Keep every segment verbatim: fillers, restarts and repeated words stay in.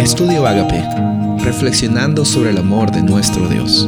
Estudio Ágape, reflexionando sobre el amor de nuestro Dios.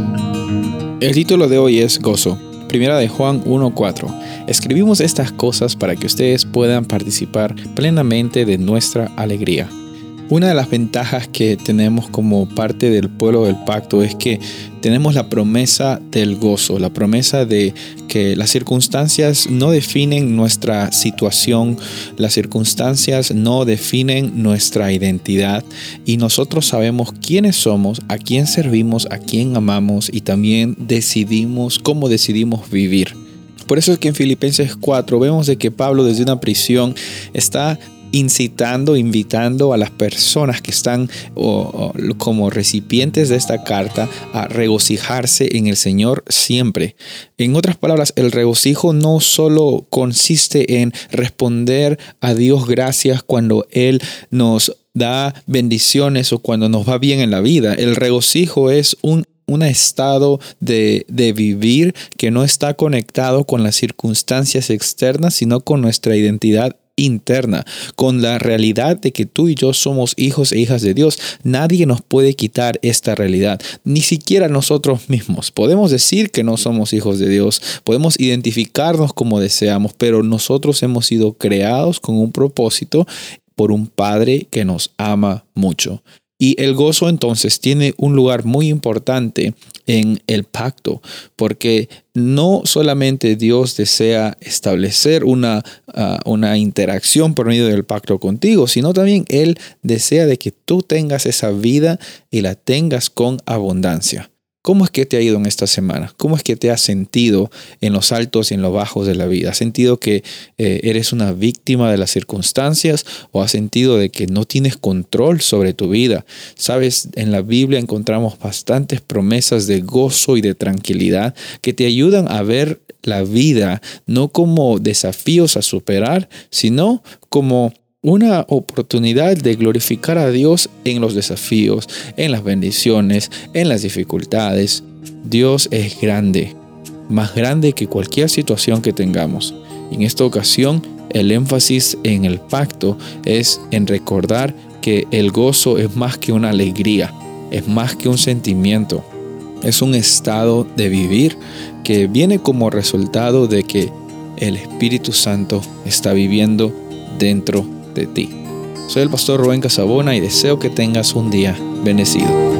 El título de hoy es Gozo. Primera de Juan uno cuatro. Escribimos estas cosas para que ustedes puedan participar plenamente de nuestra alegría. Una de las ventajas que tenemos como parte del pueblo del pacto es que tenemos la promesa del gozo, la promesa de que las circunstancias no definen nuestra situación, las circunstancias no definen nuestra identidad y nosotros sabemos quiénes somos, a quién servimos, a quién amamos y también decidimos cómo decidimos vivir. Por eso es que en Filipenses cuatro vemos de que Pablo desde una prisión está incitando, invitando a las personas que están o, o, como recipientes de esta carta a regocijarse en el Señor siempre. En otras palabras, el regocijo no solo consiste en responder a Dios gracias cuando Él nos da bendiciones o cuando nos va bien en la vida. El regocijo es un un estado de, de vivir que no está conectado con las circunstancias externas, sino con nuestra identidad interna, con la realidad de que tú y yo somos hijos e hijas de Dios. Nadie nos puede quitar esta realidad, ni siquiera nosotros mismos. Podemos decir que no somos hijos de Dios, podemos identificarnos como deseamos, pero nosotros hemos sido creados con un propósito por un Padre que nos ama mucho. Y el gozo entonces tiene un lugar muy importante en el pacto, porque no solamente Dios desea establecer una, uh, una interacción por medio del pacto contigo, sino también Él desea de que tú tengas esa vida y la tengas con abundancia. ¿Cómo es que te ha ido en esta semana? ¿Cómo es que te has sentido en los altos y en los bajos de la vida? ¿Has sentido que eh, eres una víctima de las circunstancias o has sentido de que no tienes control sobre tu vida? Sabes, en la Biblia encontramos bastantes promesas de gozo y de tranquilidad que te ayudan a ver la vida no como desafíos a superar, sino como una oportunidad de glorificar a Dios en los desafíos, en las bendiciones, en las dificultades. Dios es grande, más grande que cualquier situación que tengamos. En esta ocasión, el énfasis en el pacto es en recordar que el gozo es más que una alegría, es más que un sentimiento, es un estado de vivir que viene como resultado de que el Espíritu Santo está viviendo dentro de ti. Soy el pastor Rubén Casabona y deseo que tengas un día bendecido.